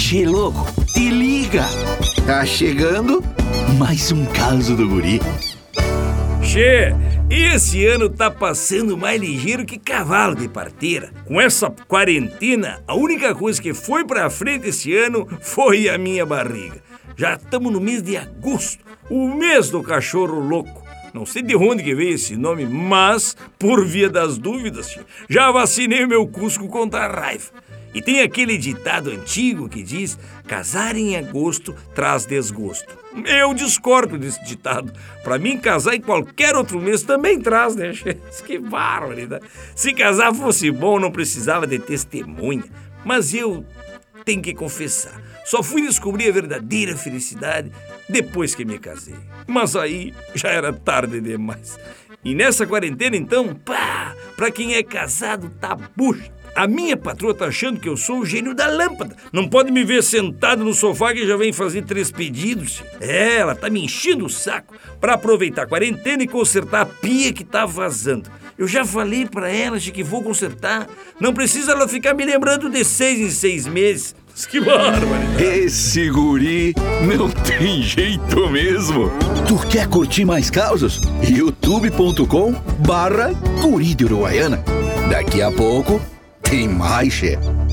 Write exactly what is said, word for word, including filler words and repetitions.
Che, louco, te liga! Tá chegando mais um caso do guri. Che, esse ano tá passando mais ligeiro que cavalo de parteira. Com essa quarentena, a única coisa que foi pra frente esse ano foi a minha barriga. Já estamos no mês de agosto, o mês do cachorro louco. Não sei de onde que veio esse nome, mas, por via das dúvidas, che, já vacinei o meu cusco contra a raiva. E tem aquele ditado antigo que diz: casar em agosto traz desgosto. Eu discordo desse ditado. Pra mim, casar em qualquer outro mês também traz, né? Que barbaridade. Se casar fosse bom, não precisava de testemunha. Mas eu tenho que confessar, só fui descobrir a verdadeira felicidade depois que me casei. Mas aí já era tarde demais. E nessa quarentena, então, pá, pra quem é casado, tá bucha. A minha patroa tá achando que eu sou o gênio da lâmpada. Não pode me ver sentado no sofá que já vem fazer três pedidos. É, ela tá me enchendo o saco pra aproveitar a quarentena e consertar a pia que tá vazando. Eu já falei pra ela de que vou consertar. Não precisa ela ficar me lembrando de seis em seis meses. Que barbaridade. Esse guri não tem jeito mesmo. Tu quer curtir mais causas? youtube ponto com barra guri de Uruguaiana. Daqui a pouco tem mais, che.